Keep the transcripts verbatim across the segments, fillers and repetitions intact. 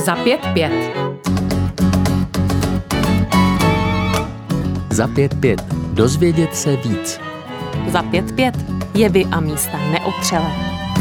Za pět pět. Za pět pět. Dozvědět se víc. Za pět pět. Jevy a místa neotřelé.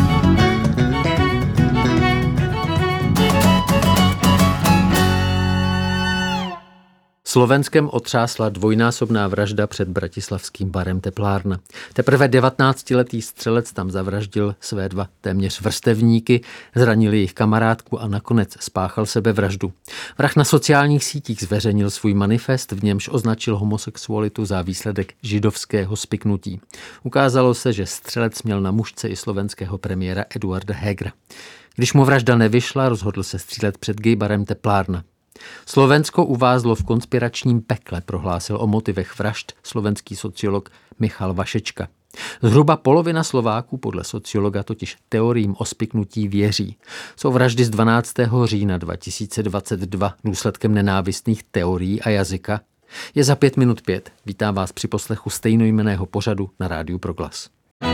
Slovenskem otřásla dvojnásobná vražda před bratislavským barem Teplárna. Teprve devatenáctiletý střelec tam zavraždil své dva téměř vrstevníky, zranil jejich kamarádku a nakonec spáchal sebevraždu. Vrah na sociálních sítích zveřejnil svůj manifest, v němž označil homosexualitu za výsledek židovského spiknutí. Ukázalo se, že střelec měl na mužce i slovenského premiéra Eduarda Hegera. Když mu vražda nevyšla, rozhodl se střílet před gay barem Teplárna. Slovensko uvázlo v konspiračním pekle, prohlásil o motivech vražd slovenský sociolog Michal Vašečka. Zhruba polovina Slováků podle sociologa totiž teoriím o spiknutí věří. Jsou vraždy z dvanáctého října dva tisíce dvacet dva důsledkem nenávistných teorií a jazyka? Je za pět minut pět. Vítám vás při poslechu stejnojmenného pořadu na Rádiu Proglas.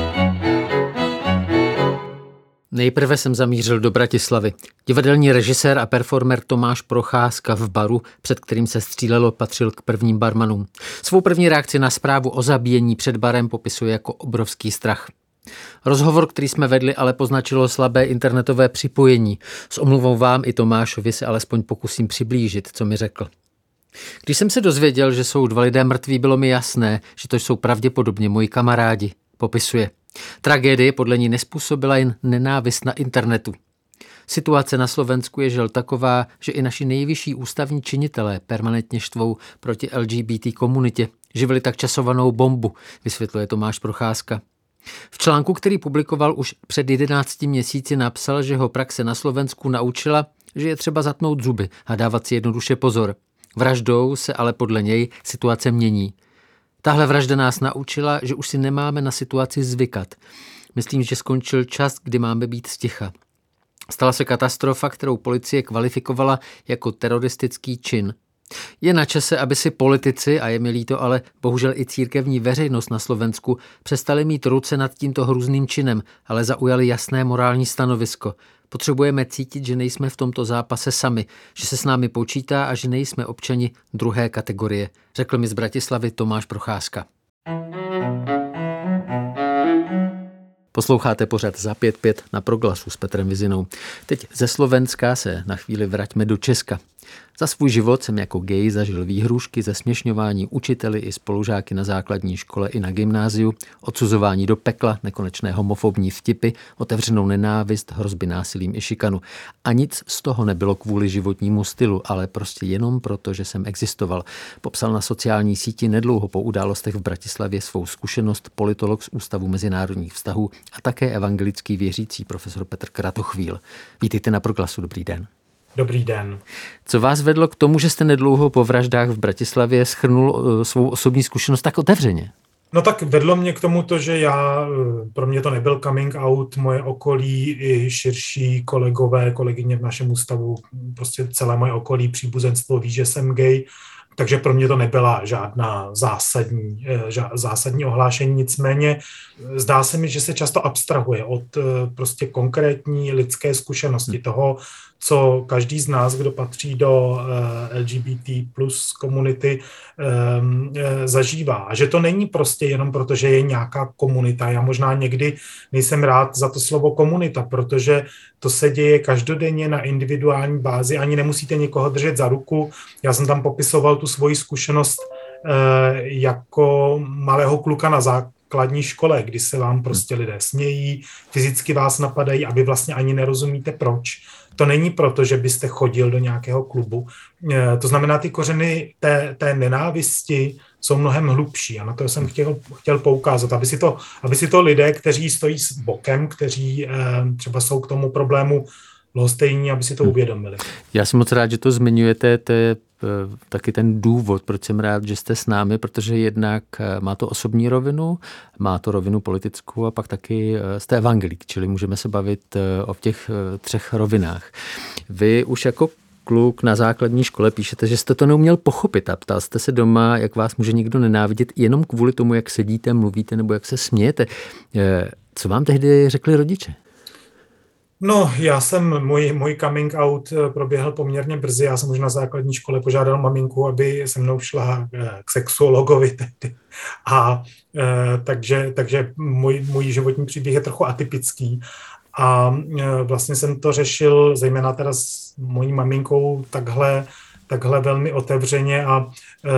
Nejprve jsem zamířil do Bratislavy. Divadelní režisér a performer Tomáš Procházka v baru, před kterým se střílelo, patřil k prvním barmanům. Svou první reakci na zprávu o zabíjení před barem popisuje jako obrovský strach. Rozhovor, který jsme vedli, ale poznačilo slabé internetové připojení. S omluvou vám i Tomášovi se alespoň pokusím přiblížit, co mi řekl. Když jsem se dozvěděl, že jsou dva lidé mrtví, bylo mi jasné, že to jsou pravděpodobně moji kamarádi, popisuje. Tragédie podle ní nezpůsobila jen nenávist na internetu. Situace na Slovensku je žel taková, že i naši nejvyšší ústavní činitelé permanentně štvou proti L G B T komunitě. Živili tak časovanou bombu, vysvětluje Tomáš Procházka. V článku, který publikoval už před jedenácti měsíci, napsal, že ho praxe na Slovensku naučila, že je třeba zatnout zuby a dávat si jednoduše pozor. Vraždou se ale podle něj situace mění. Tahle vražda nás naučila, že už si nemáme na situaci zvykat. Myslím, že skončil čas, kdy máme být sticha. Stala se katastrofa, kterou policie kvalifikovala jako teroristický čin. Je na čase, aby si politici, a je mi líto, ale bohužel i církevní veřejnost na Slovensku, přestali mít ruce nad tímto hrůzným činem, ale zaujali jasné morální stanovisko. Potřebujeme cítit, že nejsme v tomto zápase sami, že se s námi počítá a že nejsme občani druhé kategorie, řekl mi z Bratislavy Tomáš Procházka. Posloucháte pořad Za pět pět na Proglasu s Petrem Vizinou. Teď ze Slovenska se na chvíli vraťme do Česka. Za svůj život jsem jako gay zažil výhrůžky, zesměšňování učiteli i spolužáky na základní škole i na gymnáziu, odsuzování do pekla, nekonečné homofobní vtipy, otevřenou nenávist, hrozby násilím i šikanu. A nic z toho nebylo kvůli životnímu stylu, ale prostě jenom proto, že jsem existoval. Popsal na sociální síti nedlouho po událostech v Bratislavě svou zkušenost politolog z Ústavu mezinárodních vztahů a také evangelický věřící profesor Petr Kratochvíl. Vítejte na Proglasu, dobrý den. Dobrý den. Co vás vedlo k tomu, že jste nedlouho po vraždách v Bratislavě shrnul svou osobní zkušenost tak otevřeně? No tak vedlo mě k tomu to, že já, pro mě to nebyl coming out, moje okolí i širší kolegové, kolegyně v našem ústavu, prostě celé moje okolí, příbuzenstvo ví, že jsem gay, takže pro mě to nebyla žádná zásadní, zásadní ohlášení, nicméně zdá se mi, že se často abstrahuje od prostě konkrétní lidské zkušenosti toho, co každý z nás, kdo patří do L G B T plus komunity, zažívá. A že to není prostě jenom proto, že je nějaká komunita. Já možná někdy nejsem rád za to slovo komunita, protože to se děje každodenně na individuální bázi, ani nemusíte někoho držet za ruku. Já jsem tam popisoval tu svoji zkušenost jako malého kluka na základní škole, kdy se vám prostě lidé smějí, fyzicky vás napadají a vy vlastně ani nerozumíte proč. To není proto, že byste chodil do nějakého klubu. To znamená, ty kořeny té, té nenávisti jsou mnohem hlubší a na to jsem chtěl, chtěl poukázat, aby si, to, aby si to lidé, kteří stojí s bokem, kteří eh, třeba jsou k tomu problému lhostejní, aby si to uvědomili. Já jsem moc rád, že to zmiňujete, to je taky ten důvod, proč jsem rád, že jste s námi, protože jednak má to osobní rovinu, má to rovinu politickou a pak taky jste evangelík, čili můžeme se bavit o těch třech rovinách. Vy už jako kluk na základní škole píšete, že jste to neuměl pochopit a ptal jste se doma, jak vás může někdo nenávidět jenom kvůli tomu, jak sedíte, mluvíte nebo jak se smějete. Co vám tehdy řekli rodiče? No, já jsem, můj, můj coming out proběhl poměrně brzy. Já jsem už na základní škole požádal maminku, aby se mnou šla k sexuologovi tehdy. A e, takže, takže můj, můj životní příběh je trochu atypický. A e, vlastně jsem to řešil, zejména teda s mojí maminkou, takhle, takhle velmi otevřeně a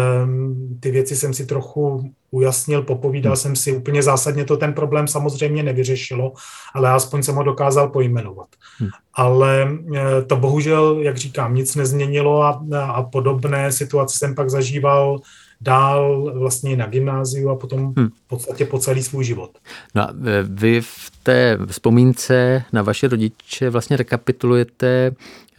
um, ty věci jsem si trochu ujasnil, popovídal hmm. jsem si, úplně zásadně to ten problém samozřejmě nevyřešilo, ale aspoň jsem ho dokázal pojmenovat. Hmm. Ale uh, to bohužel, jak říkám, nic nezměnilo a, a podobné situace jsem pak zažíval dál vlastně na gymnáziu a potom hmm. v podstatě po celý svůj život. No a vy v té vzpomínce na vaše rodiče vlastně rekapitulujete,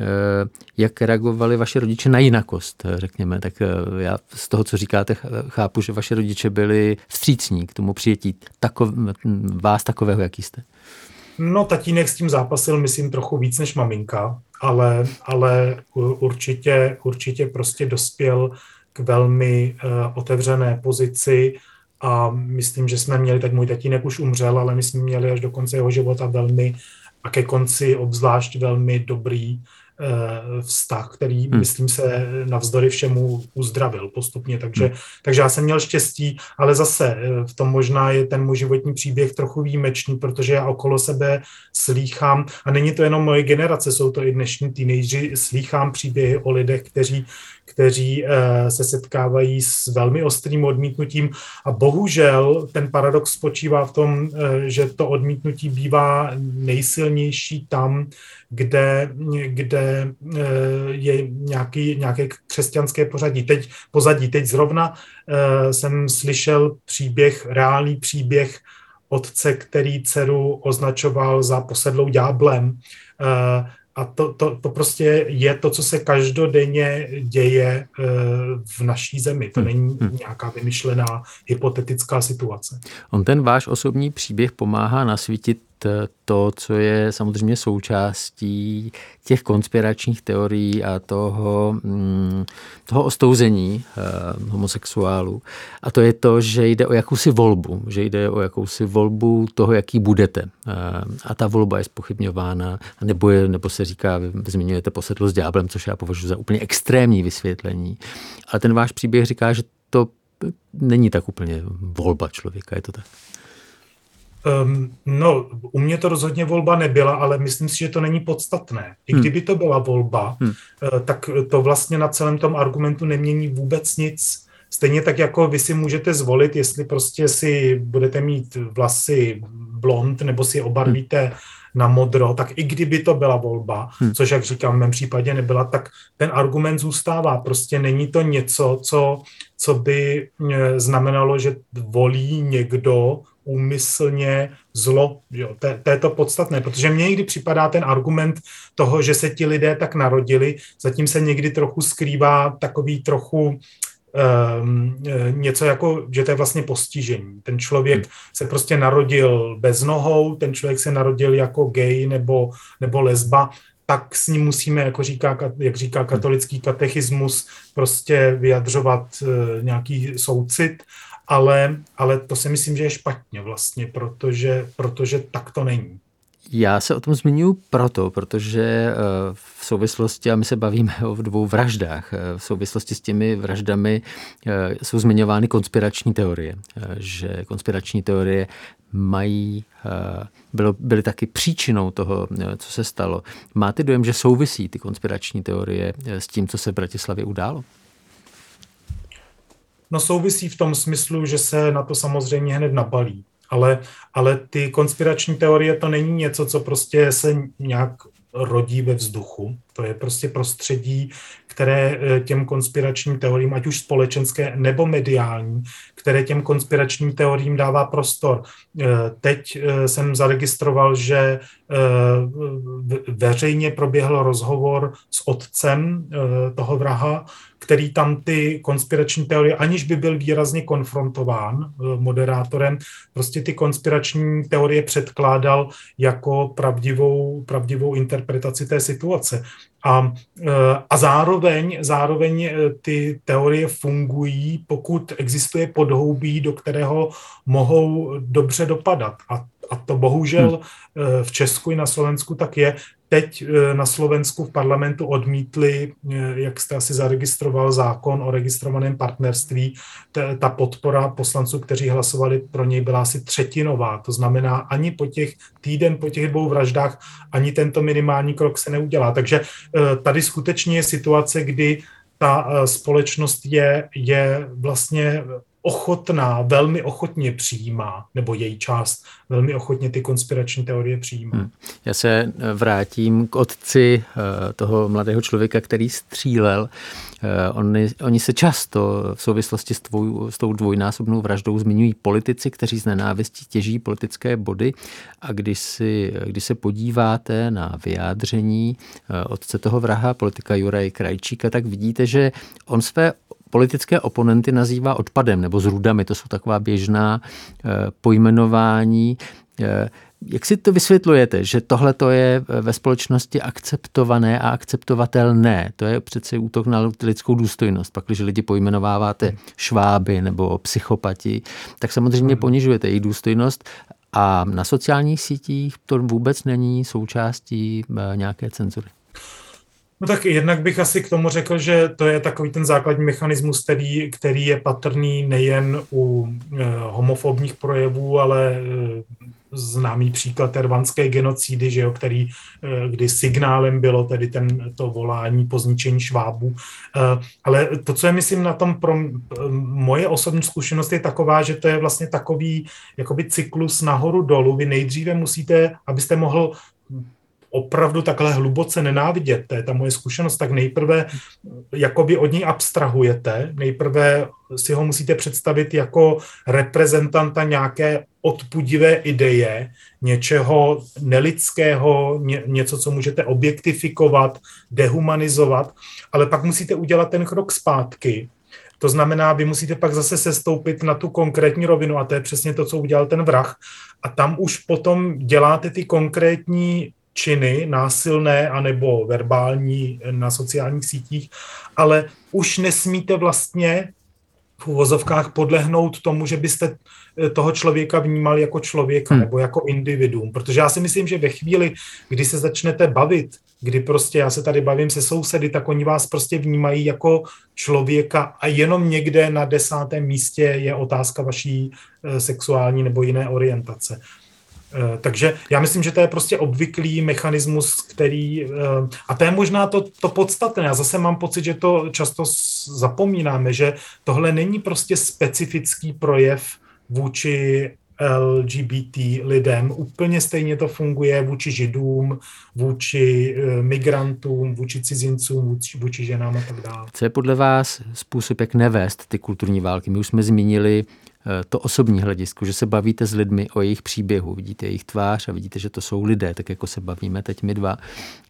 jak reagovali vaše rodiče na jinakost, řekněme. Tak já z toho, co říkáte, chápu, že vaše rodiče byli vstřícní k tomu přijetí takov, vás takového, jaký jste. No, tatínek s tím zápasil, myslím, trochu víc než maminka, ale, ale určitě, určitě prostě dospěl k velmi uh, otevřené pozici a myslím, že jsme měli, tak můj tatínek už umřel, ale my jsme měli až do konce jeho života velmi a ke konci obzvlášť velmi dobrý uh, vztah, který, hmm. myslím se, navzdory všemu uzdravil postupně, takže, hmm. takže já jsem měl štěstí, ale zase v tom možná je ten můj životní příběh trochu výjimečný, protože já okolo sebe slýchám, a není to jenom moje generace, jsou to i dnešní teenageři, slýchám příběhy o lidech, kteří kteří se setkávají s velmi ostrým odmítnutím a bohužel ten paradox spočívá v tom, že to odmítnutí bývá nejsilnější tam, kde, kde je nějaký, nějaké křesťanské pořadí. Teď, pozadí. Teď zrovna jsem slyšel příběh, reálný příběh otce, který dceru označoval za posedlou ďáblem. A to, to, to prostě je to, co se každodenně děje v naší zemi. To není nějaká vymyšlená hypotetická situace. On ten váš osobní příběh pomáhá nasvítit to, co je samozřejmě součástí těch konspiračních teorií a toho, toho ostouzení eh, homosexuálů. A to je to, že jde o jakousi volbu, že jde o jakousi volbu toho, jaký budete. Eh, a ta volba je zpochybňována, nebo, je, nebo se říká, vy zmiňujete posedlost s ďáblem, což já považuji za úplně extrémní vysvětlení. Ale ten váš příběh říká, že to není tak úplně volba člověka, je to tak? Um, no, u mě to rozhodně volba nebyla, ale myslím si, že to není podstatné. I hmm. kdyby to byla volba, hmm. uh, tak to vlastně na celém tom argumentu nemění vůbec nic. Stejně tak, jako vy si můžete zvolit, jestli prostě si budete mít vlasy blond nebo si je obarvíte hmm. na modro, tak i kdyby to byla volba, hmm. což, jak říkám, v mém případě nebyla, tak ten argument zůstává. Prostě není to něco, co, co by znamenalo, že volí někdo úmyslně zlo. Jo, to, to je to podstatné, protože mně někdy připadá ten argument toho, že se ti lidé tak narodili, zatím se někdy trochu skrývá takový trochu um, něco jako, že to je vlastně postižení. Ten člověk hmm. se prostě narodil bez nohou, ten člověk se narodil jako gay nebo, nebo lesba, tak s ním musíme, jako říká, jak říká katolický katechismus, prostě vyjadřovat uh, nějaký soucit, Ale, ale to si myslím, že je špatně vlastně, protože, protože tak to není. Já se o tom zmiňuji proto, protože v souvislosti, a my se bavíme o dvou vraždách, v souvislosti s těmi vraždami jsou zmiňovány konspirační teorie, že konspirační teorie mají, bylo, byly taky příčinou toho, co se stalo. Máte dojem, že souvisí ty konspirační teorie s tím, co se v Bratislavě událo? No souvisí v tom smyslu, že se na to samozřejmě hned nabalí, ale, ale ty konspirační teorie to není něco, co prostě se nějak rodí ve vzduchu. To je prostě prostředí, které těm konspiračním teoriím, ať už společenské nebo mediální, které těm konspiračním teoriím dává prostor. Teď jsem zaregistroval, že veřejně proběhl rozhovor s otcem toho vraha, který tam ty konspirační teorie, aniž by byl výrazně konfrontován moderátorem, prostě ty konspirační teorie předkládal jako pravdivou, pravdivou interpretaci té situace. A, a zároveň, zároveň ty teorie fungují, pokud existuje podhoubí, do kterého mohou dobře dopadat. A, a to bohužel v Česku i na Slovensku tak je. Teď na Slovensku v parlamentu odmítli, jak jste asi zaregistroval, zákon o registrovaném partnerství. Ta podpora poslanců, kteří hlasovali pro něj, byla asi třetinová. To znamená, ani po těch týden po těch dvou vraždách, ani tento minimální krok se neudělá. Takže tady skutečně je situace, kdy ta společnost je, je vlastně ochotná, velmi ochotně přijímá, nebo její část velmi ochotně ty konspirační teorie přijímá. Hmm. Já se vrátím k otci toho mladého člověka, který střílel. Oni, oni se často v souvislosti s, tvoj, s tou dvojnásobnou vraždou zmiňují politici, kteří z nenávistí těží politické body. A když, si, když se podíváte na vyjádření otce toho vraha, politika Juraje Krajčíka, tak vidíte, že on své politické oponenty nazývá odpadem nebo zrůdami. To jsou taková běžná e, pojmenování. E, jak si to vysvětlujete, že tohle to je ve společnosti akceptované a akceptovatelné? To je přece útok na lidskou důstojnost. Pak, když lidi pojmenováváte šváby nebo psychopati, tak samozřejmě ponižujete jejich důstojnost. A na sociálních sítích to vůbec není součástí e, nějaké cenzury. No tak jednak bych asi k tomu řekl, že to je takový ten základní mechanismus, který, který je patrný nejen u e, homofobních projevů, ale e, známý příklad rwandské genocidy, že jo, který, e, kdy signálem bylo tedy ten, to volání po zničení Švábů. E, ale to, co je myslím na tom pro moje osobní zkušenost, je taková, že to je vlastně takový jakoby cyklus nahoru dolů. Vy nejdříve musíte, abyste mohl opravdu takhle hluboce nenávidět, to je ta moje zkušenost, tak nejprve jakoby od ní abstrahujete, nejprve si ho musíte představit jako reprezentanta nějaké odpudivé ideje, něčeho nelidského, ně, něco, co můžete objektifikovat, dehumanizovat, ale pak musíte udělat ten krok zpátky. To znamená, vy musíte pak zase sestoupit na tu konkrétní rovinu a to je přesně to, co udělal ten vrah. A tam už potom děláte ty konkrétní činy, násilné anebo verbální na sociálních sítích, ale už nesmíte vlastně v uvozovkách podlehnout tomu, že byste toho člověka vnímali jako člověka hmm. nebo jako individuum. Protože já si myslím, že ve chvíli, kdy se začnete bavit, kdy prostě já se tady bavím se sousedy, tak oni vás prostě vnímají jako člověka a jenom někde na desátém místě je otázka vaší sexuální nebo jiné orientace. Takže já myslím, že to je prostě obvyklý mechanismus, který, a to je možná to, to podstatné. Já zase mám pocit, že to často zapomínáme, že tohle není prostě specifický projev vůči L G B T lidem. Úplně stejně to funguje vůči Židům, vůči migrantům, vůči cizincům, vůči, vůči ženám a tak dále. Co je podle vás způsob, jak nevést ty kulturní války? My už jsme zmínili to osobní hledisko, že se bavíte s lidmi o jejich příběhu, vidíte jejich tvář a vidíte, že to jsou lidé, tak jako se bavíme teď my dva.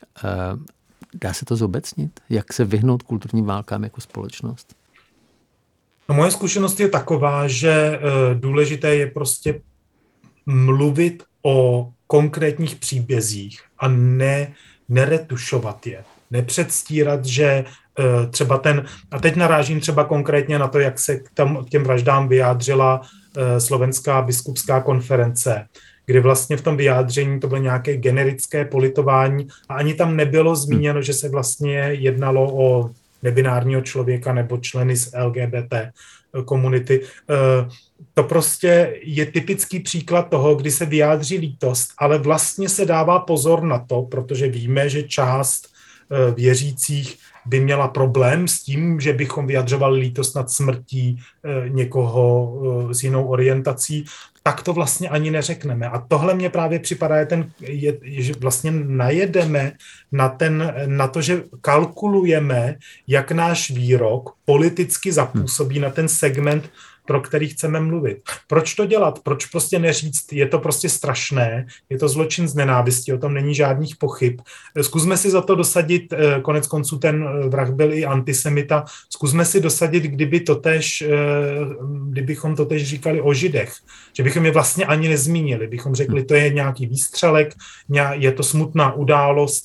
Dá se to zobecnit? Jak se vyhnout kulturním válkám jako společnost? No, moje zkušenost je taková, že důležité je prostě mluvit o konkrétních příbězích a ne, neretušovat je. Nepředstírat, že třeba ten, a teď narážím třeba konkrétně na to, jak se k, tam, k těm vraždám vyjádřila Slovenská biskupská konference, kdy vlastně v tom vyjádření to bylo nějaké generické politování a ani tam nebylo zmíněno, že se vlastně jednalo o nebinárního člověka nebo členy z L G B T komunity. To prostě je typický příklad toho, kdy se vyjádří lítost, ale vlastně se dává pozor na to, protože víme, že část věřících by měla problém s tím, že bychom vyjadřovali lítost nad smrtí někoho s jinou orientací, tak to vlastně ani neřekneme. A tohle mně právě připadá, je ten, je, že vlastně najedeme na, ten, na to, že kalkulujeme, jak náš výrok politicky zapůsobí na ten segment, pro který chceme mluvit. Proč to dělat? Proč prostě neříct, je to prostě strašné, je to zločin z nenávisti, o tom není žádných pochyb. Zkusme si za to dosadit, konec konců ten vrah byl i antisemita, zkusme si dosadit, kdyby totéž, kdybychom totéž říkali o Židech, že bychom je vlastně ani nezmínili, bychom řekli, to je nějaký výstřelek, je to smutná událost,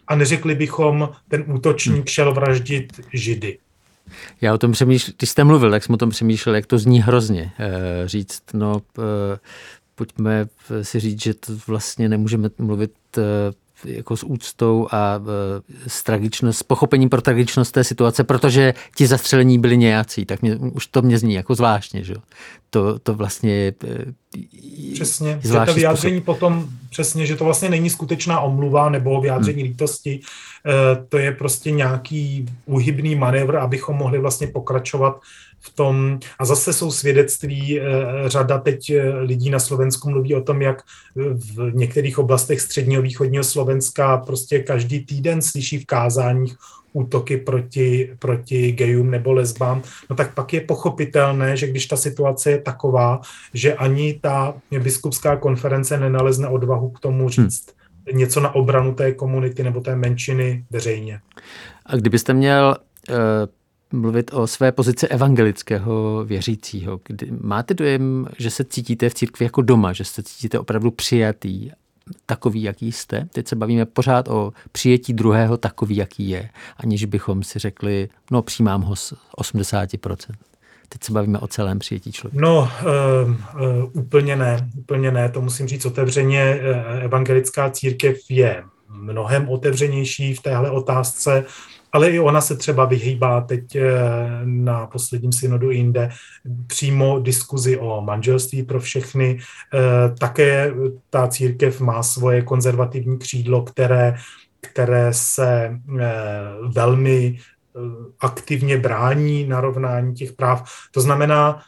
a neřekli bychom, ten útočník šel vraždit Židy. Já o tom přemýšlel, když jste mluvil, tak jsem o tom přemýšlel, jak to zní hrozně. E, říct, no, e, pojďme si říct, že to vlastně nemůžeme mluvit e, jako s úctou a e, s tragičnost, s pochopením pro tragičnost té situace, protože ti zastřelení byli nějací, tak mě, už to mě zní jako zvláštně, že? To, to vlastně je přesně, je to vyjádření způsob. Potom přesně, že to vlastně není skutečná omluva nebo vyjádření hmm. lítosti, e, to je prostě nějaký úhybný manévr, abychom mohli vlastně pokračovat v tom, a zase jsou svědectví, řada teď lidí na Slovensku mluví o tom, jak v některých oblastech středního východního Slovenska prostě každý týden slyší v kázáních útoky proti, proti gejům nebo lesbám, no tak pak je pochopitelné, že když ta situace je taková, že ani ta biskupská konference nenalezne odvahu k tomu říct hmm. něco na obranu té komunity nebo té menšiny veřejně. A kdybyste měl uh... mluvit o své pozici evangelického věřícího. Kdy máte dojem, že se cítíte v církvi jako doma, že se cítíte opravdu přijatý, takový, jaký jste? Teď se bavíme pořád o přijetí druhého takový, jaký je, aniž bychom si řekli, no přijímám ho z osmdesát procent. Teď se bavíme o celém přijetí člověka. No, uh, uh, úplně ne, úplně ne, to musím říct otevřeně. Evangelická církev je mnohem otevřenější v téhle otázce, ale i ona se třeba vyhýbá teď na posledním synodu jinde přímo diskuzi o manželství pro všechny. Také ta církev má svoje konzervativní křídlo, které, které se velmi aktivně brání narovnání těch práv. To znamená,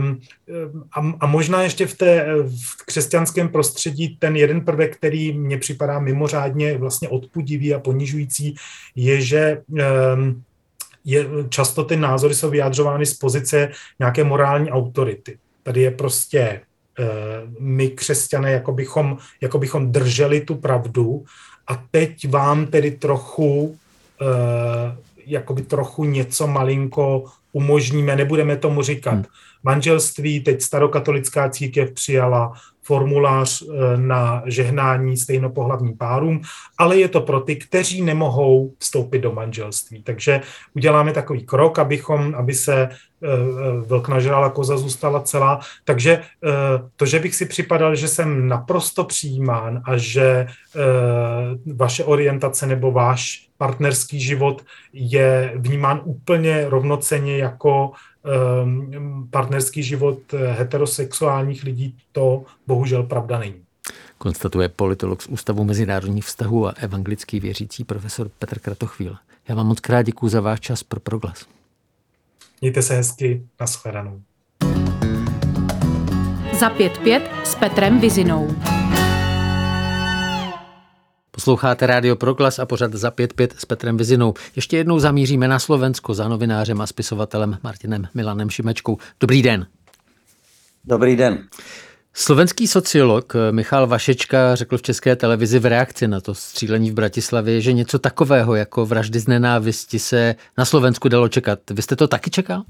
a možná ještě v, té, v křesťanském prostředí ten jeden prvek, který mně připadá mimořádně vlastně odpudivý a ponižující, je, že je, často ty názory jsou vyjadřovány z pozice nějaké morální autority. Tady je prostě my křesťané, jako bychom, jako bychom drželi tu pravdu a teď vám tedy trochu jakoby trochu něco malinko umožníme, nebudeme tomu říkat hmm. manželství. Teď starokatolická církev přijala formulář na žehnání stejnopohlavním párům, ale je to pro ty, kteří nemohou vstoupit do manželství. Takže uděláme takový krok, abychom, aby se vlk nažral a koza zůstala celá. Takže to, že bych si připadal, že jsem naprosto přijímán a že vaše orientace nebo váš partnerský život je vnímán úplně rovnocenně jako partnerský život heterosexuálních lidí, to bohužel pravda není. Konstatuje politolog z Ústavu mezinárodních vztahů a evangelický věřící profesor Petr Kratochvíl. Já vám moc krát děkuju za váš čas pro Proglas. Mějte se hezky, nashledanou. Za pět pět s Petrem Vizinou. Posloucháte Rádio Proglas a pořad Za pět pět s Petrem Vizinou. Ještě jednou zamíříme na Slovensko za novinářem a spisovatelem Martinem Milanem Šimečkou. Dobrý den. Dobrý den. Slovenský sociolog Michal Vašečka řekl v České televizi v reakci na to střílení v Bratislavě, že něco takového jako vraždy z nenávisti se na Slovensku dalo čekat. Vy jste to taky čekal?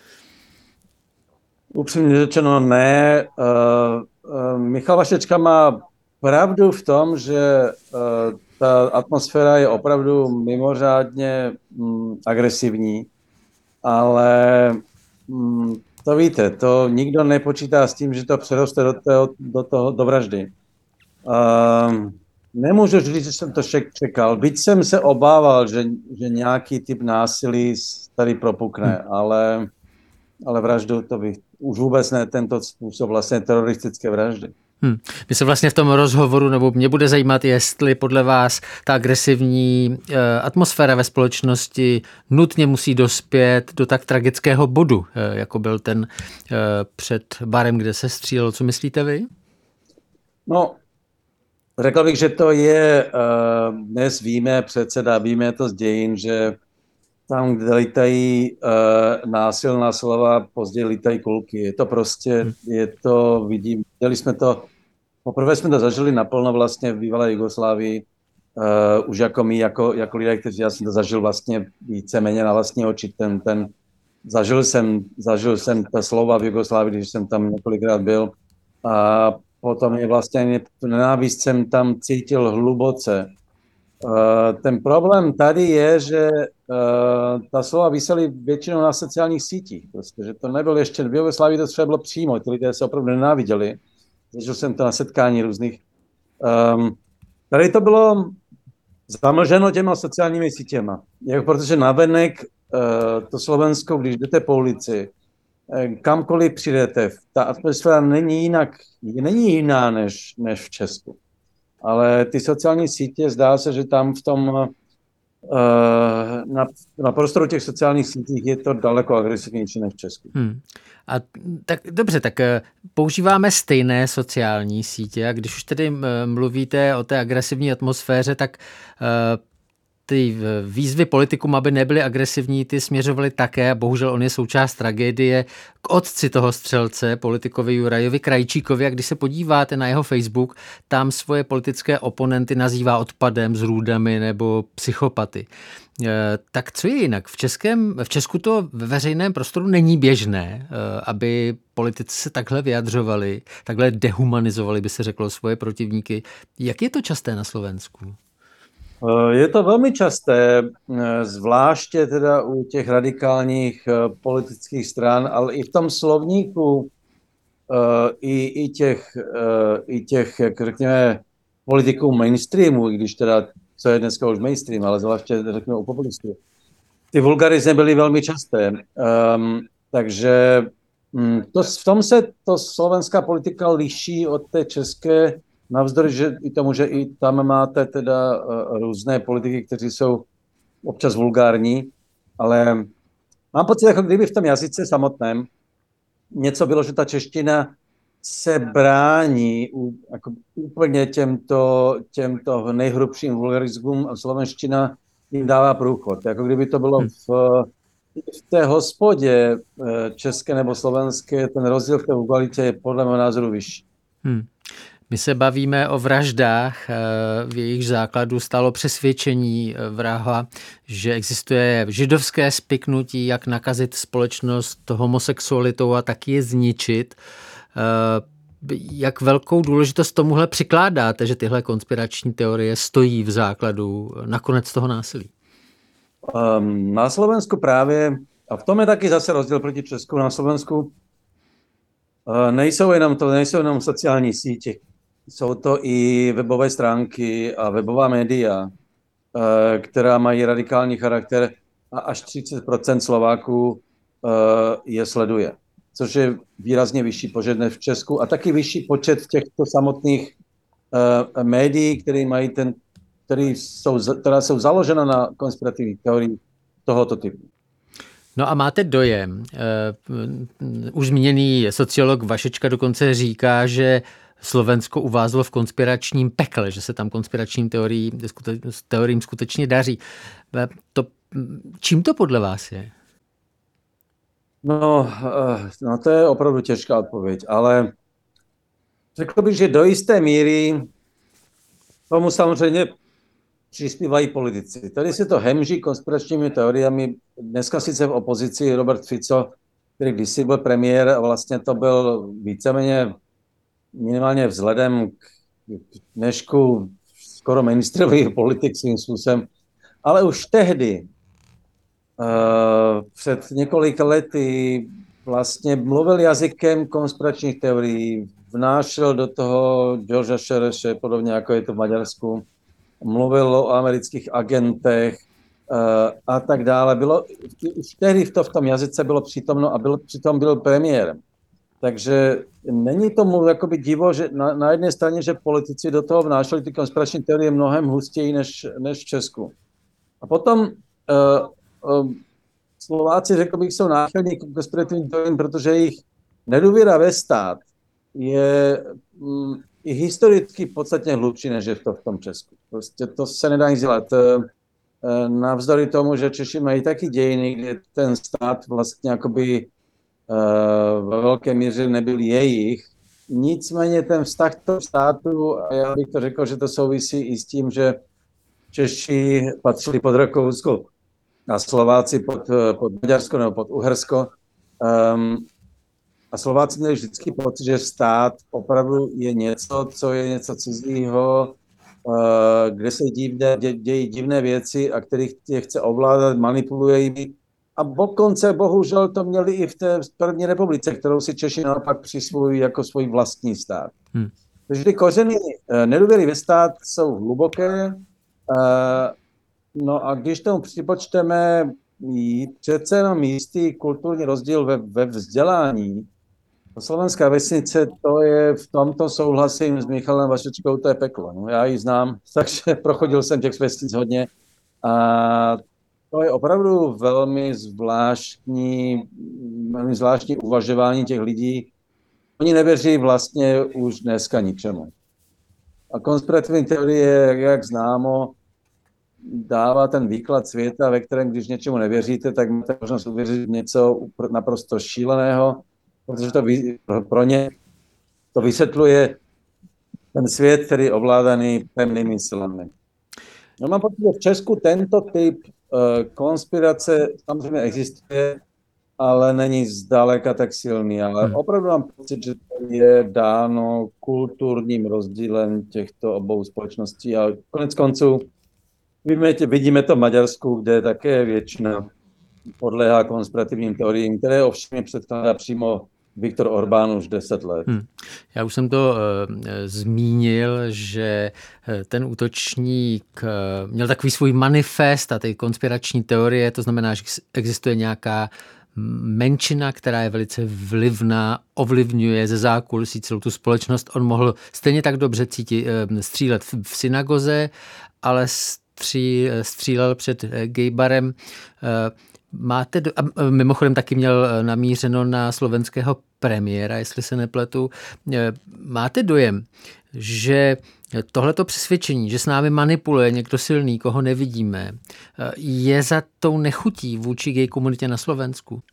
Upřímně řečeno ne. Uh, uh, Michal Vašečka má pravdu v tom, že uh, ta atmosféra je opravdu mimořádně um, agresivní, ale um, to víte, to nikdo nepočítá s tím, že to přeroste do, toho, do, toho, do vraždy. Uh, nemůžu říct, že jsem to čekal, byť jsem se obával, že, že nějaký typ násilí tady propukne, hmm. ale, ale vraždu to bych už vůbec ne tento způsob vlastně teroristické vraždy. Hmm. Mě se vlastně v tom rozhovoru, nebo mě bude zajímat, jestli podle vás ta agresivní e, atmosféra ve společnosti nutně musí dospět do tak tragického bodu, e, jako byl ten e, před barem, kde se střílelo. Co myslíte vy? No, řekl bych, že to je, e, dnes víme přece, víme to z dějin, že tam, kde lítají uh, násilná slova, později lítají kulky. Je to prostě, hmm. je to, vidím, viděli jsme to, poprvé jsme to zažili naplno vlastně v bývalé Jugoslávii, uh, už jako my, jako, jako lidé, kteří, já jsem to zažil vlastně víceméně na vlastní oči, ten, ten, zažil jsem, zažil jsem ta slova v Jugoslávii, když jsem tam několikrát byl a potom je vlastně nenávist jsem tam cítil hluboce. ten problém tady je, že uh, ta slova vysely většinou na sociálních sítích. Prostě, že to nebylo ještě, v Jugoslávii to třeba bylo přímo, ty lidé se opravdu nenáviděli. Zažil jsem to na setkání různých. Um, tady to bylo zamlženo těma sociálními sítěma. Jak, protože navenek uh, to Slovensko, když jdete po ulici, kamkoliv přijdete, ta atmosféra není jinak, není jiná než, než v Česku. Ale ty sociální sítě, zdá se, že tam v tom, uh, na, na prostoru těch sociálních sítích je to daleko agresivnější než v Česku. Hmm. A tak dobře, tak používáme stejné sociální sítě a když už tedy mluvíte o té agresivní atmosféře, tak uh, ty výzvy politikům, aby nebyly agresivní, ty směřovaly také, a bohužel on je součást tragédie, k otci toho střelce, politikovi Jurajovi Krajčíkovi. A když se podíváte na jeho Facebook, tam svoje politické oponenty nazývá odpadem, zrůdami nebo psychopaty. Tak co je jinak? V, Českém, v Česku to ve veřejném prostoru není běžné, aby politici se takhle vyjadřovali, takhle dehumanizovali, by se řeklo, svoje protivníky. Jak je to časté na Slovensku? Je to velmi časté, zvláště teda u těch radikálních politických stran, ale i v tom slovníku i, i, těch, i těch, jak řekněme, politiků mainstreamu, i když teda, co je dneska už mainstream, ale zvláště, řekněme, u populistů. Ty vulgarizmy byly velmi časté, um, takže um, to, v tom se to slovenská politika liší od té české, navzdory, že i tomu, že i tam máte teda uh, různé politiky, kteří jsou občas vulgární, ale mám pocit, jako kdyby v tom jazyce samotném něco bylo, že ta čeština se brání u, jako úplně těmto, těmto nejhrubším vulgarizmům a slovenština jim dává průchod. Jako kdyby to bylo v, v té hospodě české nebo slovenské, ten rozdíl v té vulgaritě je podle mého názoru vyšší. Hmm. My se bavíme o vraždách, v jejich základu stálo přesvědčení vraha, že existuje židovské spiknutí, jak nakazit společnost homosexualitou a taky je zničit. Jak velkou důležitost tomuhle přikládáte, že tyhle konspirační teorie stojí v základu nakonec toho násilí? Um, na Slovensku právě, a v tom je taky zase rozdíl proti Česku, na Slovensku uh, nejsou jenom to, nejsou jenom sociální sítě. Jsou to i webové stránky a webová média, která mají radikální charakter a až třicet procent Slováků je sleduje, což je výrazně vyšší počet než v Česku a taky vyšší počet těchto samotných médií, které mají ten, které jsou, která jsou založena na konspirativních teoriích tohoto typu. No a máte dojem, už zmíněný sociolog Vašečka dokonce říká, že Slovensko uvázlo v konspiračním pekle, že se tam konspiračním teoriím, teoriím skutečně daří. To, čím to podle vás je? No, no, to je opravdu těžká odpověď, ale řekl bych, že do jisté míry tomu samozřejmě přispívají politici. Tady se to hemží konspiračními teoriemi. Dneska sice v opozici Robert Fico, který kdysi byl premiér a vlastně to byl víceméně minimálně vzhledem k dnešku skoro mainstreamový politik svým způsobem, ale už tehdy, uh, před několika lety, vlastně mluvil jazykem konspiračních teorií, vnášel do toho Georgea Soreše, podobně jako je to v Maďarsku, mluvil o amerických agentech uh, a tak dále. Bylo, už tehdy v, to, v tom jazyce bylo přítomno a byl, přitom byl premiérem. Takže není tomu jakoby divo, že na, na jedné straně, že politici do toho vnášeli ty konspirační teorie mnohem hustěji než, než v Česku. A potom uh, uh, Slováci, řekl bych, jsou náchylní k konspirativním teoriím, protože jejich nedůvěra ve stát je um, i historicky podstatně hlubší, než je to v tom Česku. Prostě to se nedá nic dělat. Uh, navzdory tomu, že Češi mají taky dějiny, kde ten stát vlastně jakoby ve velké míře nebyl jejich. Nicméně ten vztah toho státu, a já bych to řekl, že to souvisí i s tím, že Češi patřili pod Rakousko a Slováci pod, pod Maďarsko nebo pod Uhersko. Um, a Slováci měli vždycky pocit, že stát opravdu je něco, co je něco cizího kde se divné, dě, dějí divné věci a kterých je chce ovládat, manipuluje jimi. A dokonce bohužel to měli i v té první republice, kterou si Češi naopak přisvojují jako svůj vlastní stát. Hmm. Takže ty kořeny nedůvěry ve stát jsou hluboké. No a když tomu připočteme přece jenom jistý kulturní rozdíl ve, ve vzdělání, slovenská vesnice, to je, v tomto souhlasím s Michalem Vašečkou, to je peklo. No, já ji znám, takže prochodil jsem těch vesnic hodně. A to je opravdu velmi zvláštní, velmi zvláštní uvažování těch lidí. Oni nevěří vlastně už dneska ničemu. A konspirativní teorie, jak známo, dává ten výklad světa, ve kterém, když něčemu nevěříte, tak máte možnost uvěřit něco naprosto šíleného, protože to pro ně to vysvětluje ten svět, který je ovládaný pevnými silami. No, mám pocit, že v Česku tento typ uh, konspirace samozřejmě existuje, ale není zdaleka tak silný. Ale hmm. opravdu mám pocit, že to je dáno kulturním rozdílem těchto obou společností. A konec konců vidíme, vidíme to v Maďarsku, kde také většina podléhá konspirativním teoriím, které ovšem předkládá přímo Viktor Orbán už deset let. Hmm. Já už jsem to uh, zmínil, že ten útočník uh, měl takový svůj manifest a ty konspirační teorie, to znamená, že existuje nějaká menšina, která je velice vlivná, ovlivňuje ze zákulisí celou tu společnost. On mohl stejně tak dobře cítit, uh, střílet v, v synagoze, ale stří, střílel před gaybarem. Uh, Máte, do, a mimochodem taky měl namířeno na slovenského premiéra, jestli se nepletu. Máte dojem, že tohleto přesvědčení, že s námi manipuluje někdo silný, koho nevidíme, je za tou nechutí vůči gay komunitě na Slovensku?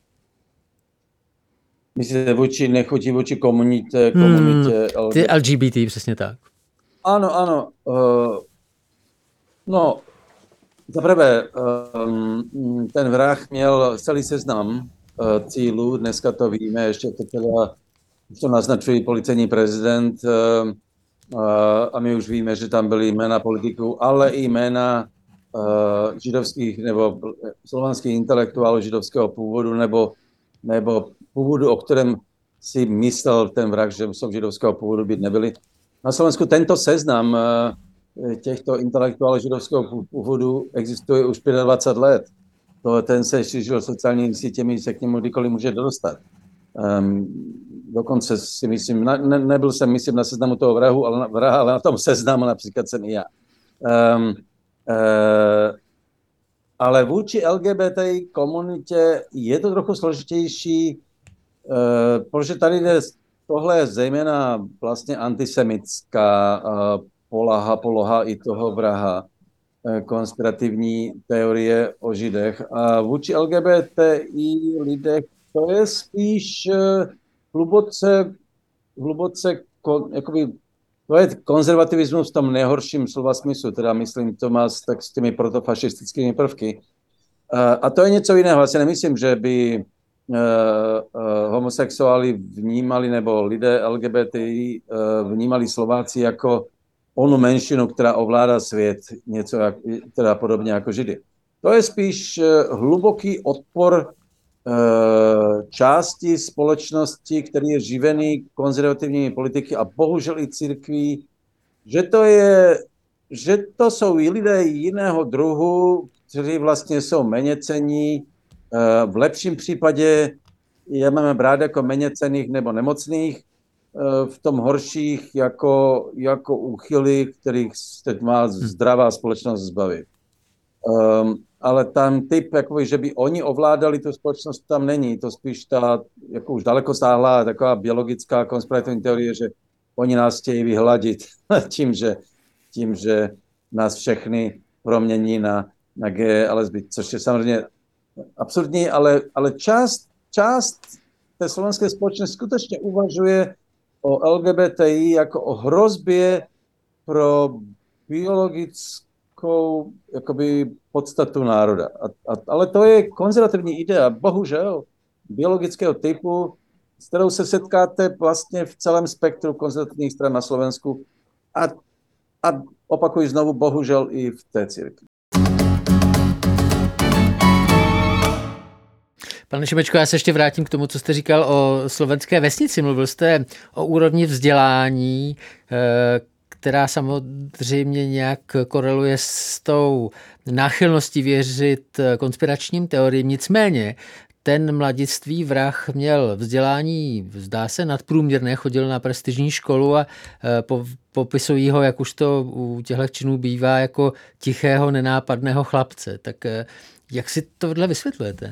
Myslíte vůči nechutí vůči komunitě? komunitě hmm, ty L G B T, přesně tak. Ano, ano. Uh, no, za prvé, um, ten vrah měl celý seznam uh, cílů, dneska to víme, ještě to teda, to naznačuje policejní prezident uh, uh, a my už víme, že tam byly jména politiků, ale i jména uh, židovských nebo slovanských intelektuálů židovského původu nebo, nebo původu, o kterém si myslel ten vrah, že jsou židovského původu, být nebyli. Na Slovensku tento seznam uh, těchto intelektuálů židovského původu existuje už dvacet pět let. To, ten se šířil sociálními sítěmi, se k němu kdykoliv může dostat. Um, dokonce si myslím, ne, nebyl jsem myslím na seznamu toho vrahu, ale na, vraha, ale na tom seznamu například jsem i já. Um, uh, ale vůči L G B T komunitě je to trochu složitější, uh, protože tady jde, tohle je zejména vlastně antisemitská uh, poloha, poloha i toho vraha, konspirativní teorie o Židech. A vůči L G B T I lidech to je spíš hluboce, hluboce jakoby, to je konzervativismus v tom nejhorším slova smyslu, teda myslím to má tak s těmi protofašistickými prvky. A to je něco jiného. Já si nemyslím, že by uh, uh, homosexuáli vnímali, nebo lidé L G B T I uh, vnímali Slováci jako onu menšinu, která ovládá svět, něco jak, teda podobně jako Židy. To je spíš hluboký odpor e, části společnosti, který je živený konzervativními politiky a bohužel i církví, že to je, že to jsou i lidé jiného druhu, kteří vlastně jsou méněcenní. E, v lepším případě je máme brát jako méněcenných nebo nemocných, v tom horších jako, jako úchyly, kterých teď má zdravá společnost zbavit. Um, ale tam typ, jakoby, že by oni ovládali tu společnost, tam není. To spíš ta jako už daleko sáhlá taková biologická konspirativní teorie, že oni nás chtějí vyhladit tím, že, tím, že nás všechny promění na, na gay a lesby, což je samozřejmě absurdní, ale, ale část, část té slovenské společnosti skutečně uvažuje o L G B T I jako o hrozbě pro biologickou jakoby, podstatu národa. A, a, ale to je konzervativní idea, bohužel, biologického typu, s kterou se setkáte vlastně v celém spektru konzervativních stran na Slovensku. A a opakuji znovu, bohužel i v té církvi. Pane Šimečko, já se ještě vrátím k tomu, co jste říkal o slovenské vesnici. Mluvil jste o úrovni vzdělání, která samozřejmě nějak koreluje s tou náchylností věřit konspiračním teoriím. Nicméně ten mladiství vrah měl vzdělání, zdá se, nadprůměrné, chodil na prestižní školu a popisují ho, jak už to u těchto činů bývá, jako tichého, nenápadného chlapce. Tak jak si tohle vysvětlujete?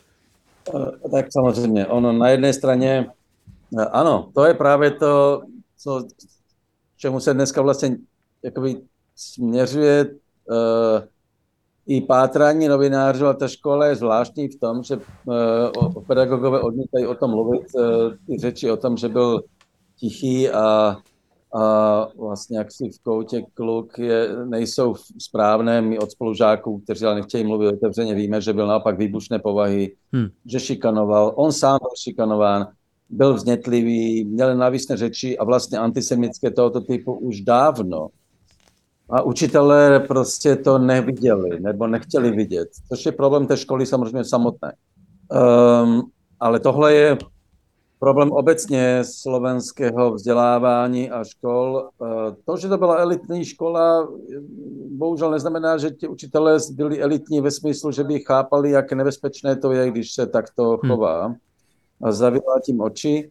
Tak samozřejmě, ono na jedné straně, ano, to je právě to, co, čemu se dneska vlastně jakoby směřuje uh, i pátrání novinářů, a ta škola je zvláštní v tom, že uh, pedagogové odmítají o tom mluvit, uh, ty řeči o tom, že byl tichý a, a vlastně jaksi v koutě kluk je, nejsou správné. My od spolužáků, kteří ale nechtějí mluvit otevřeně, víme, že byl naopak výbušné povahy, hmm. že šikanoval, on sám byl šikanován, byl vznětlivý, měl nenávistné řeči a vlastně antisemické tohoto typu už dávno. A učitelé prostě to neviděli nebo nechtěli vidět, což je problém té školy samozřejmě samotné. Um, ale tohle je problém obecně slovenského vzdělávání a škol. To, že to byla elitní škola, bohužel neznamená, že ti učitelé byli elitní ve smyslu, že by chápali, jak nebezpečné to je, když se takto chová a zavírá tím oči.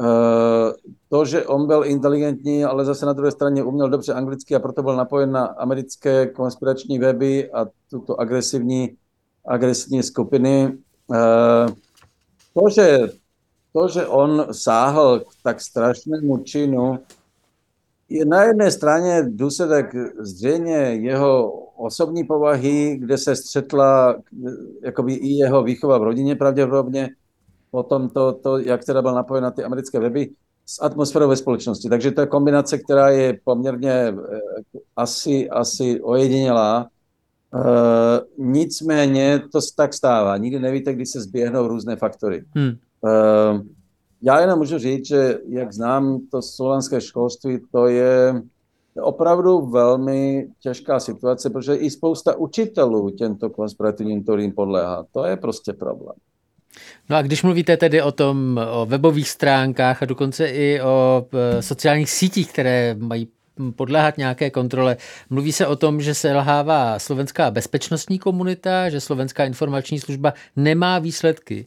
To, že on byl inteligentní, ale zase na druhé straně uměl dobře anglicky a proto byl napojen na americké konspirační weby a tuto agresivní, agresivní skupiny. To, že To, že on sáhl k tak strašnému činu, je na jedné straně důsledek zřejmě jeho osobní povahy, kde se střetla jakoby i jeho výchova v rodině pravděpodobně, potom to, to, jak teda byl napojen na ty americké weby, s atmosférou ve společnosti. Takže to je kombinace, která je poměrně eh, asi, asi ojedinělá. E, nicméně to tak stává. Nikdy nevíte, kdy se zběhnou různé faktory. Hmm. Uh, já jenom můžu říct, že jak znám to slovenské školství, to je opravdu velmi těžká situace, protože i spousta učitelů těmto konspirativním teoriím podléhá. To je prostě problém. No a když mluvíte tedy o tom, o webových stránkách a dokonce i o sociálních sítích, které mají podléhat nějaké kontrole. Mluví se o tom, že se selhává slovenská bezpečnostní komunita, že slovenská informační služba nemá výsledky.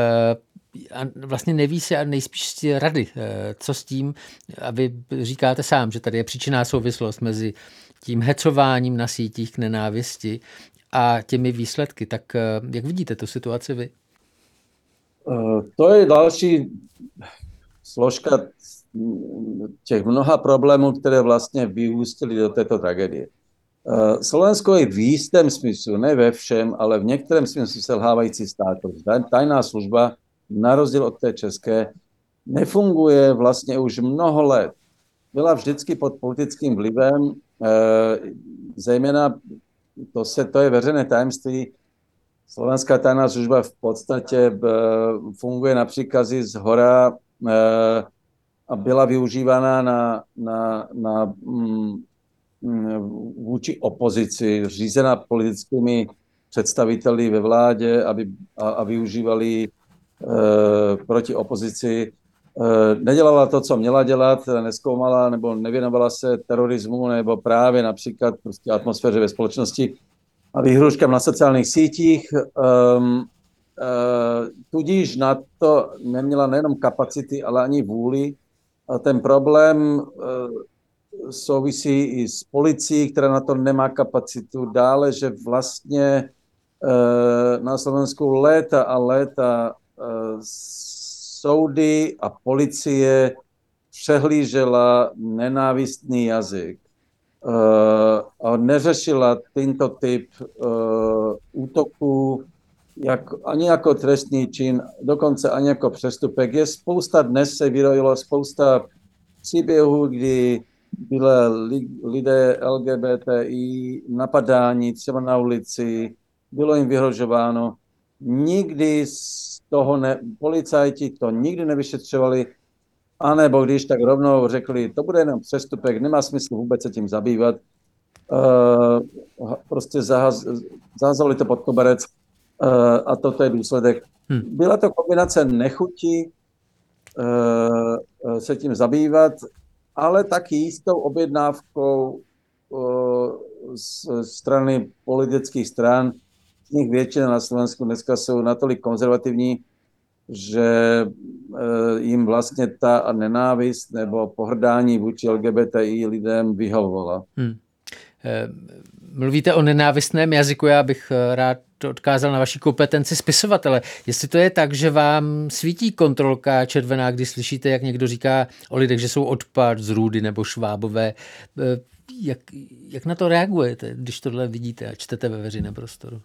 A vlastně neví se a nejspíš rady, co s tím. A vy říkáte sám, že tady je příčinná souvislost mezi tím hecováním na sítích k nenávisti a těmi výsledky. Tak jak vidíte tu situaci vy? To je další složka těch mnoha problémů, které vlastně vyústily do této tragédie. Slovensko je v jistém smyslu, ne ve všem, ale v některém smyslu selhávající stát. Tajná služba, na rozdíl od té české, nefunguje vlastně už mnoho let. Byla vždycky pod politickým vlivem, zejména, to, se, to je veřejné tajemství, slovenská tajná služba v podstatě funguje na příkazy z hora a byla využívána na, na, na mm, vůči opozici, řízená politickými představiteli ve vládě, aby a, a využívali e, proti opozici. E, nedělala to, co měla dělat, nezkoumala nebo nevěnovala se terorismu nebo právě například prostě atmosféře ve společnosti a výhruškám na sociálních sítích. E, e, tudíž na to neměla nejenom kapacity, ale ani vůli. A ten problém e, souvisí i s policií, která na to nemá kapacitu. Dále, že vlastně e, na Slovensku léta a léta e, soudy a policie přehlížela nenávistný jazyk e, a neřešila tento typ e, útoků jak, ani jako trestný čin, dokonce ani jako přestupek. Je spousta, dnes se vyrojilo spousta příběhů, kdy byly lidé L G B T I napadání třeba na ulici, bylo jim vyhrožováno. Nikdy z toho ne, policajti to nikdy nevyšetřovali. anebo když tak rovnou řekli, to bude jenom přestupek, nemá smysl vůbec se tím zabývat. Uh, prostě zahaz, zahazali to pod koberec uh, a toto je důsledek. Hmm. Byla to kombinace nechuti uh, se tím zabývat, ale taky jistou objednávkou uh, z strany politických stran. Z nich většina na Slovensku dneska jsou natolik konzervativní, že uh, jim vlastně ta nenávist nebo pohrdání vůči L G B T I lidem vyhovovala. Hmm. Mluvíte o nenávistném jazyku, já bych rád odkázal na vaši kompetenci spisovatele. Jestli to je tak, že vám svítí kontrolka červená, když slyšíte, jak někdo říká o lidech, že jsou odpad, zrůdy nebo švábové, jak, jak na to reagujete, když tohle vidíte a čtete ve veřejném prostoru?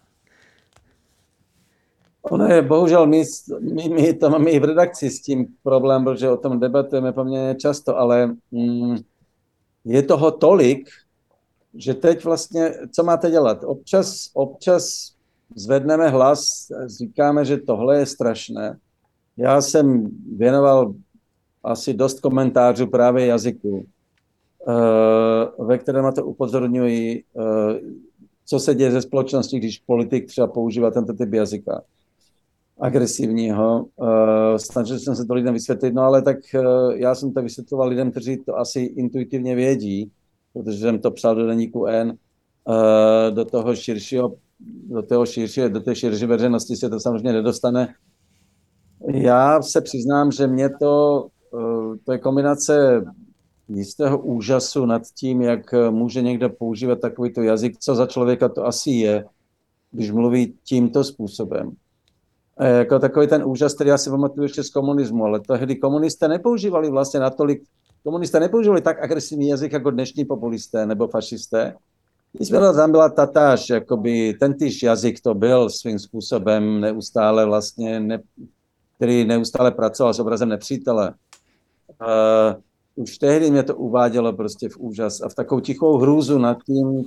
Ono je, bohužel, my, my, my to máme i v redakci s tím problém, protože o tom debatujeme poměrně často, ale mm, je toho tolik, že teď vlastně, co máte dělat? Občas, občas zvedneme hlas, říkáme, že tohle je strašné. Já jsem věnoval asi dost komentářů právě jazyku, ve kterém na to upozorňuji, co se děje ze společnosti, když politik třeba používá tento typ jazyka agresivního. Snažil jsem se to lidem vysvětlit, no ale tak já jsem to vysvětloval lidem, kteří to asi intuitivně vědí, protože jsem to psal do deníku N, do toho širšího, do toho širšího, do té širší veřejnosti se to samozřejmě nedostane. Já se přiznám, že mě to, to je kombinace jistého úžasu nad tím, jak může někdo používat takovýto jazyk, co za člověka to asi je, když mluví tímto způsobem. Jako takový ten úžas, který já si pamatuju ještě z komunismu, ale tehdy komunisté nepoužívali vlastně natolik, komunisté nepoužívali tak agresivní jazyk jako dnešní populisté nebo fašisté. Nicméně tam byla tatáž, jakoby tentýž jazyk to byl svým způsobem neustále vlastně, ne, který neustále pracoval s obrazem nepřítele. Uh, už tehdy mě to uvádělo prostě v úžas a v takovou tichou hrůzu nad tím, uh,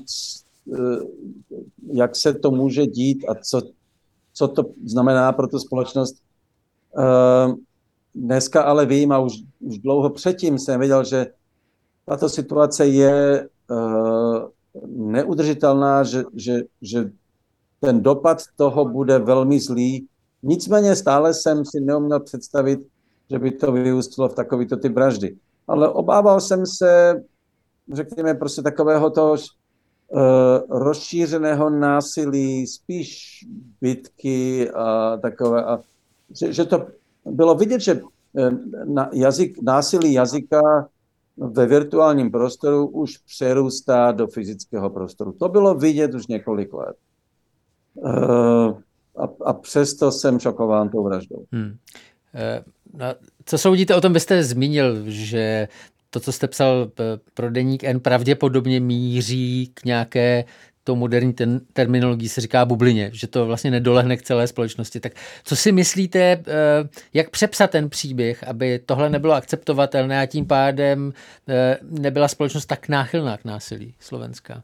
jak se to může dít a co, co to znamená pro tu společnost. Uh, dneska ale vím a už, už dlouho předtím jsem věděl, že tato situace je uh, neudržitelná, že, že, že ten dopad toho bude velmi zlý. Nicméně stále jsem si neuměl představit, že by to vyústilo v takovýto typ vraždy. Ale obával jsem se, řekněme, prostě takového toho uh, rozšířeného násilí, spíš bitky a takové. A že, že to bylo vidět, že na jazyk, násilí jazyka ve virtuálním prostoru už přerůstá do fyzického prostoru. To bylo vidět už několik let. Uh, a, a přesto jsem šokován tou vraždou. Hmm. Uh, co soudíte o tom? Vy jste zmínil, že to, co jste psal pro deník N, pravděpodobně míří k nějaké to moderní ten, terminologii se říká bublině, že to vlastně nedolehne k celé společnosti. Tak co si myslíte, jak přepsat ten příběh, aby tohle nebylo akceptovatelné a tím pádem nebyla společnost tak náchylná k násilí slovenská?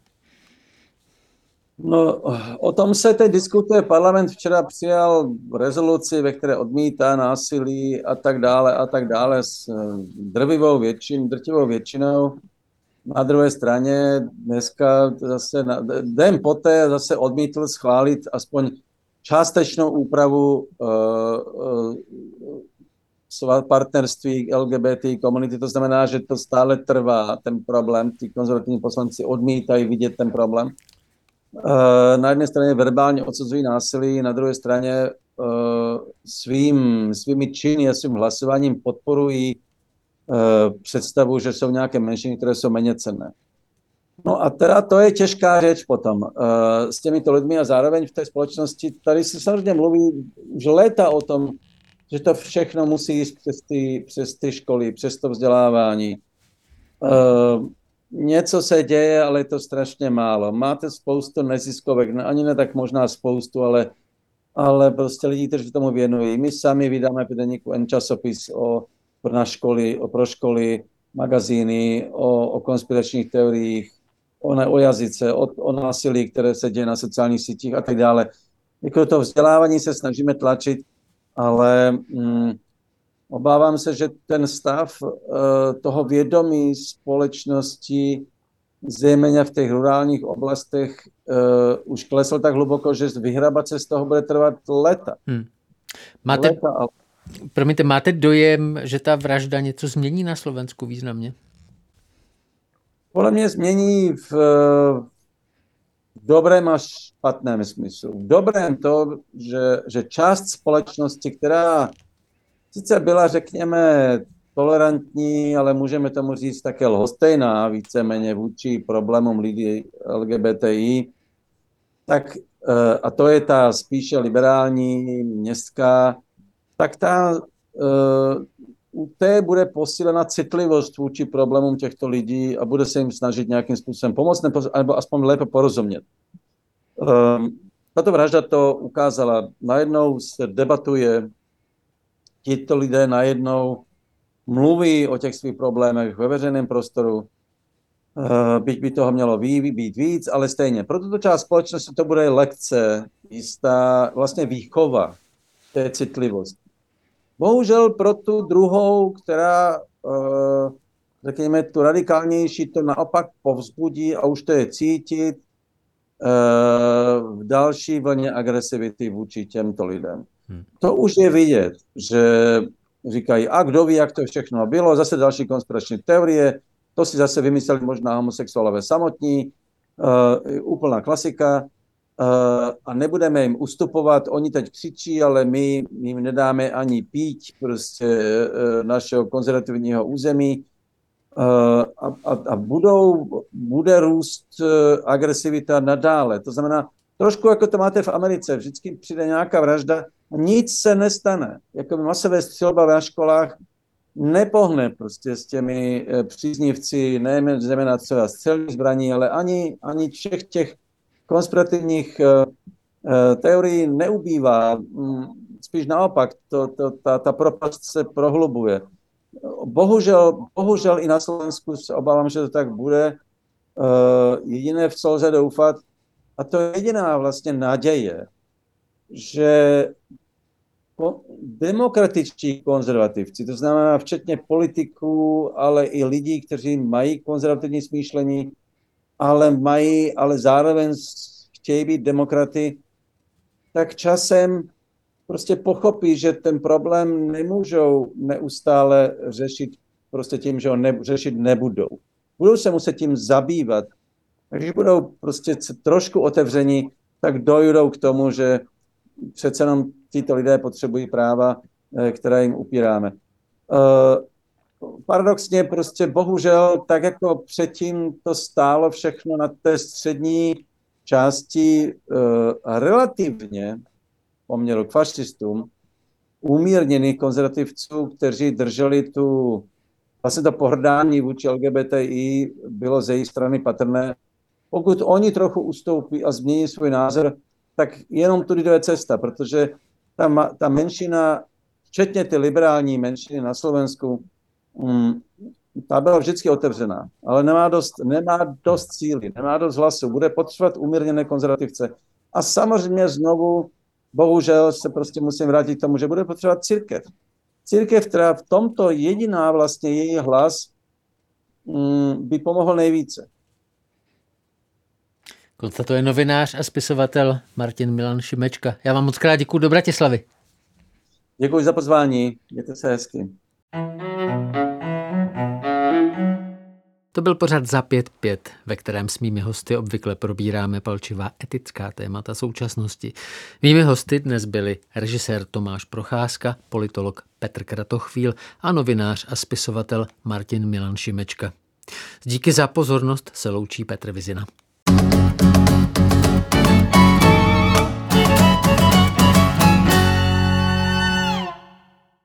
No, o tom se teď diskutuje. Parlament včera přijal rezoluci, ve které odmítá násilí a tak dále a tak dále s drvivou většin, drtivou většinou. Na druhé straně dneska zase den poté zase odmítl schválit aspoň částečnou úpravu uh, uh, partnerství L G B T komunity. To znamená, že to stále trvá, ten problém. Ti konzervativní poslanci odmítají vidět ten problém. Uh, na jedné straně verbálně odsuzují násilí, na druhé straně uh, svým, svými činy a svým hlasováním podporují uh, představu, že jsou nějaké menšiny, které jsou méně cenné. No a teda to je těžká řeč potom uh, s těmito lidmi a zároveň v té společnosti tady se samozřejmě mluví už léta o tom, že to všechno musí jít přes ty, přes ty školy, přes to vzdělávání. Uh, Něco se děje, ale je to strašně málo. Máte spoustu neziskovek, ne, ani ne tak možná spoustu, ale, ale prostě lidi, kteří tomu věnují. My sami vydáme v deníku N časopis o, na školy, o pro školy, magazíny, o, o konspiračních teoriích, o, o jazyce, o, o násilí, které se děje na sociálních sítích a tak dále. Jako to vzdělávání se snažíme tlačit, ale mm, obávám se, že ten stav uh, toho vědomí společnosti, zejména v těch rurálních oblastech, uh, už klesl tak hluboko, že vyhrabat se z toho bude trvat léta. Hmm. Máte, léta a... promiňte, máte dojem, že ta vražda něco změní na Slovensku významně? Podle mě změní v, v dobrém a špatném smyslu. V dobrém to, že, že část společnosti, která sice byla, řekněme, tolerantní, ale můžeme tomu říct také lhostejná, víceméně vůči problémům lidí L G B T I, tak, a to je ta spíše liberální, městská, tak ta u té bude posílena citlivost vůči problémům těchto lidí a bude se jim snažit nějakým způsobem pomoct, nebo aspoň lépe porozumět. Tato vražda to ukázala. Najednou se debatuje, tito lidé najednou mluví o těch svých problémech ve veřejném prostoru, byť by toho mělo být víc, ale stejně. Pro tuto část společnosti to bude lekce, jistá vlastně výchova té citlivosti. Bohužel pro tu druhou, která, řekněme, tu radikálnější, to naopak povzbudí a už to je cítit v další vlně agresivity vůči těmto lidem. Hmm. To už je vidět, že říkají, a kdo ví, jak to všechno bylo, zase další konspirační teorie, to si zase vymysleli možná homosexuálové samotní, uh, úplná klasika, uh, a nebudeme jim ustupovat, oni teď křičí, ale my jim nedáme ani pít prostě uh, našeho konzervativního území uh, a, a, a budou, bude růst uh, agresivita nadále. To znamená, trošku jako to máte v Americe, vždycky přijde nějaká vražda, nic se nestane. Jakoby masové střelba ve školách nepohne prostě s těmi příznivci, ne zejména třeba střelných zbraní, ale ani, ani všech těch konspirativních uh, teorií neubývá. Spíš naopak, to, to, ta, ta propast se prohlubuje. Bohužel, bohužel i na Slovensku se obávám, že to tak bude. Uh, jediné, v co lze doufat, a to je jediná vlastně naděje, že demokratičtí konzervativci, to znamená včetně politiků, ale i lidí, kteří mají konzervativní smýšlení, ale mají, ale zároveň chtějí být demokraty, tak časem prostě pochopí, že ten problém nemůžou neustále řešit prostě tím, že ho ne, řešit nebudou. Budou se muset tím zabývat. Takže když budou prostě trošku otevření, tak dojdou k tomu, že přece jenom títo lidé potřebují práva, které jim upíráme. Paradoxně prostě bohužel, tak jako předtím to stálo všechno na té střední části relativně poměru k fašistům, umírněných konzervativců, kteří drželi tu, vlastně to pohrdání vůči L G B T I bylo ze jejich strany patrné. Pokud oni trochu ustoupí a změní svůj názor, tak jenom tudy je cesta, protože ta, ta menšina, včetně ty liberální menšiny na Slovensku, um, ta byla vždycky otevřená, ale nemá dost, nemá dost síly, nemá dost hlasu, bude potřebovat umírněné konzervativce. A samozřejmě znovu, bohužel se prostě musím vrátit k tomu, že bude potřebovat církev. Církev, která v tomto jediná vlastně její hlas um, by pomohl nejvíce. Konstatuje novinář a spisovatel Martin Milan Šimečka. Já vám moc krát děkuju do Bratislavy. Děkuji za pozvání. Mějte se hezky. To byl pořad Za pět pět, ve kterém s mými hosty obvykle probíráme palčivá etická témata současnosti. Mými hosty dnes byli režisér Tomáš Procházka, politolog Petr Kratochvíl a novinář a spisovatel Martin Milan Šimečka. Díky za pozornost se loučí Petr Vizina.